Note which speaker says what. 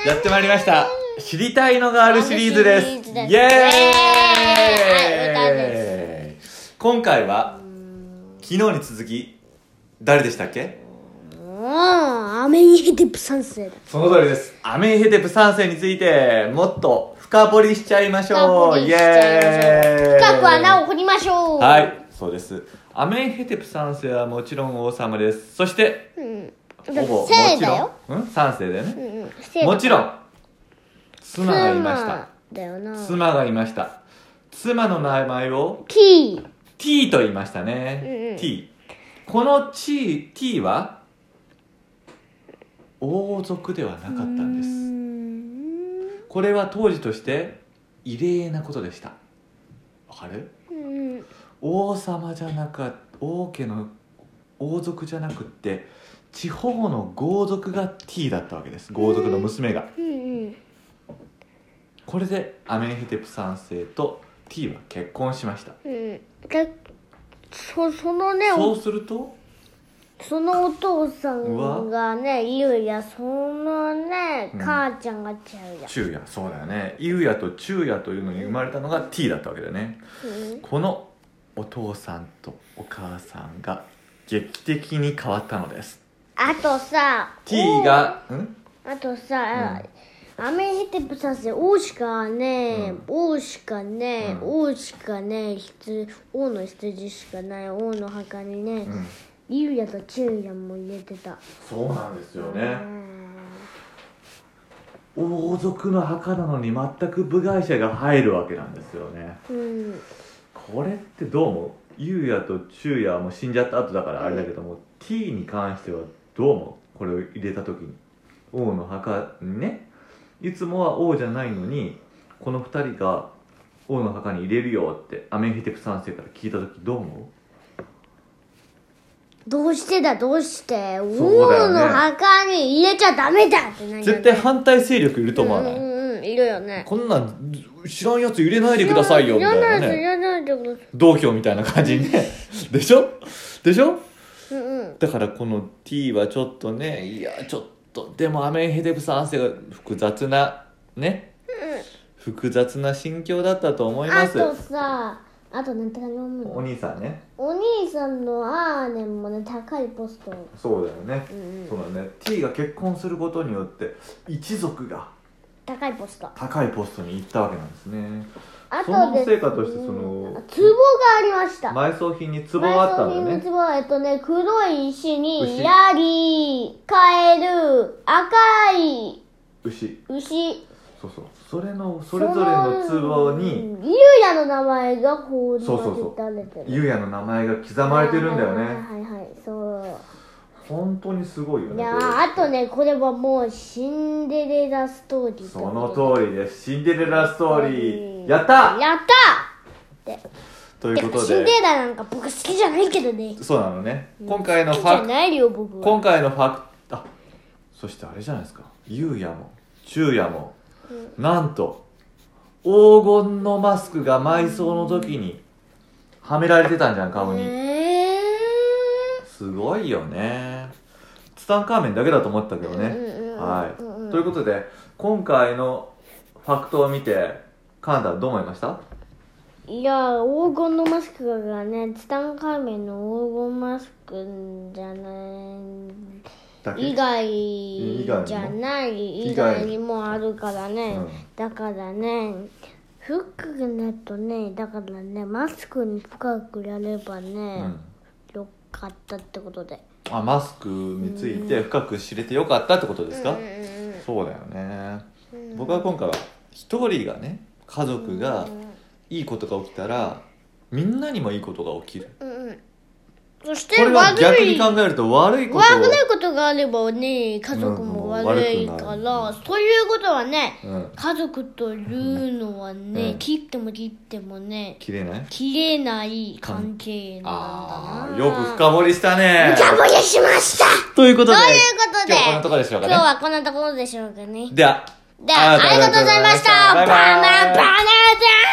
Speaker 1: やってまいりました。知りたいのがあるシリーズです。イエーイ、今回は昨日に続き誰でしたっけ？
Speaker 2: アメンヘテプ3世だ。
Speaker 1: その通りです。アメンヘテプ3世についてもっと深掘りしちゃいましょう。イエーイ、
Speaker 2: 深く穴を掘りましょう。
Speaker 1: はい、そうです。アメンヘテプ3世はもちろん王様です。そして、ほぼもちろん3世だよね、もちろん妻がいました。妻がいました。妻の名前を T と言いましたね、T。 この T は王族ではなかったんです。これは当時として異例なことでした。わかる？王様じゃなかった、王家の王族じゃなくって地方の豪族が T だったわけです。豪族の娘が、これでアメンヘテプ3世と T は結婚しました。
Speaker 2: そのね、
Speaker 1: そうすると
Speaker 2: そのお父さんがね、イウヤ、そのね、母ちゃんがチュウヤ。
Speaker 1: そうだよね。イウヤとチュウヤというのに生まれたのが T だったわけだよね、このお父さんとお母さんが劇的に変わったのです。
Speaker 2: あとさ
Speaker 1: T が
Speaker 2: あとさ、アメンヘテプ3世王しかね、王の羊しかない王の墓にね、イウヤとチュウヤも入れてた。
Speaker 1: そうなんですよね。王族の墓なのに全く部外者が入るわけなんですよね、これってどう思う？ユウヤとチュウヤはもう死んじゃった後だからあれだけども、T に関してはどう思う？これを入れた時に王の墓にね、いつもは王じゃないのにこの2人が王の墓に入れるよってアメンヘテプ3世から聞いた時どう思う？
Speaker 2: どうして王の墓に入れちゃダメだって
Speaker 1: 絶対反対勢力いると思わない？
Speaker 2: いるよね。
Speaker 1: こんなん知らんやつ入れないでくださいよみたいなね、
Speaker 2: 入れないでください、
Speaker 1: 同票みたいな感じにねでしょ、だからこの T はちょっとね、いやちょっとでもアメンヘテプ3世が複雑な心境だったと思います。
Speaker 2: あとなんてか読むの？
Speaker 1: お兄さんね。
Speaker 2: お兄さんのアーネンもね、高いポスト。
Speaker 1: そうだよね、そうだね。 T が結婚することによって一族が
Speaker 2: 高いポスト
Speaker 1: に行ったわけなんですね。
Speaker 2: あと
Speaker 1: その成果としてその
Speaker 2: 壺がありました。
Speaker 1: 埋葬品に壺があったんだよね。
Speaker 2: 黒い石にヤギ、カエル、赤い
Speaker 1: 牛、それぞれの壺に
Speaker 2: ユウヤの名前が放り分けられてる。
Speaker 1: ユウヤの名前が刻まれてるんだよね。
Speaker 2: そう。
Speaker 1: 本当にすごいよね。
Speaker 2: あとね、これはもうシンデレラストーリー。
Speaker 1: その通りです。シンデレラストーリー、やったということで、
Speaker 2: シンデレラなんか僕好きじゃないけどね。
Speaker 1: そうなのね。今回のファクト、そしてあれじゃないですか、ユウヤもチュウヤも、なんと黄金のマスクが埋葬の時にはめられてたんじゃん、顔に。すごいよね。ツタンカーメンだけだと思ったけどね。ということで今回のファクトを見てカナダはどう思いました？
Speaker 2: いや、黄金のマスクがね、ツタンカーメンの黄金マスクじゃない以外にもあるからね、だからね、フックネットね、だからね、マスクに深くやればね、よかったってことで。
Speaker 1: マスクについて深く知れてよかったってことですか？そうだよね。僕は今回は一人がね、家族がいいことが起きたらみんなにもいいことが起きる、
Speaker 2: そして
Speaker 1: これは逆に考えると悪い
Speaker 2: ことがあればね、家族も悪いから、そういうことはね、家族というのはね、切ってもね、切れない関係なんだな。
Speaker 1: よく深掘りしたね。
Speaker 2: 深掘りしました。
Speaker 1: ということで
Speaker 2: 今日はこんなところでしょうかね。
Speaker 1: 今日はこんなところでしょうかね。では、
Speaker 2: ありがとうございました。バナナ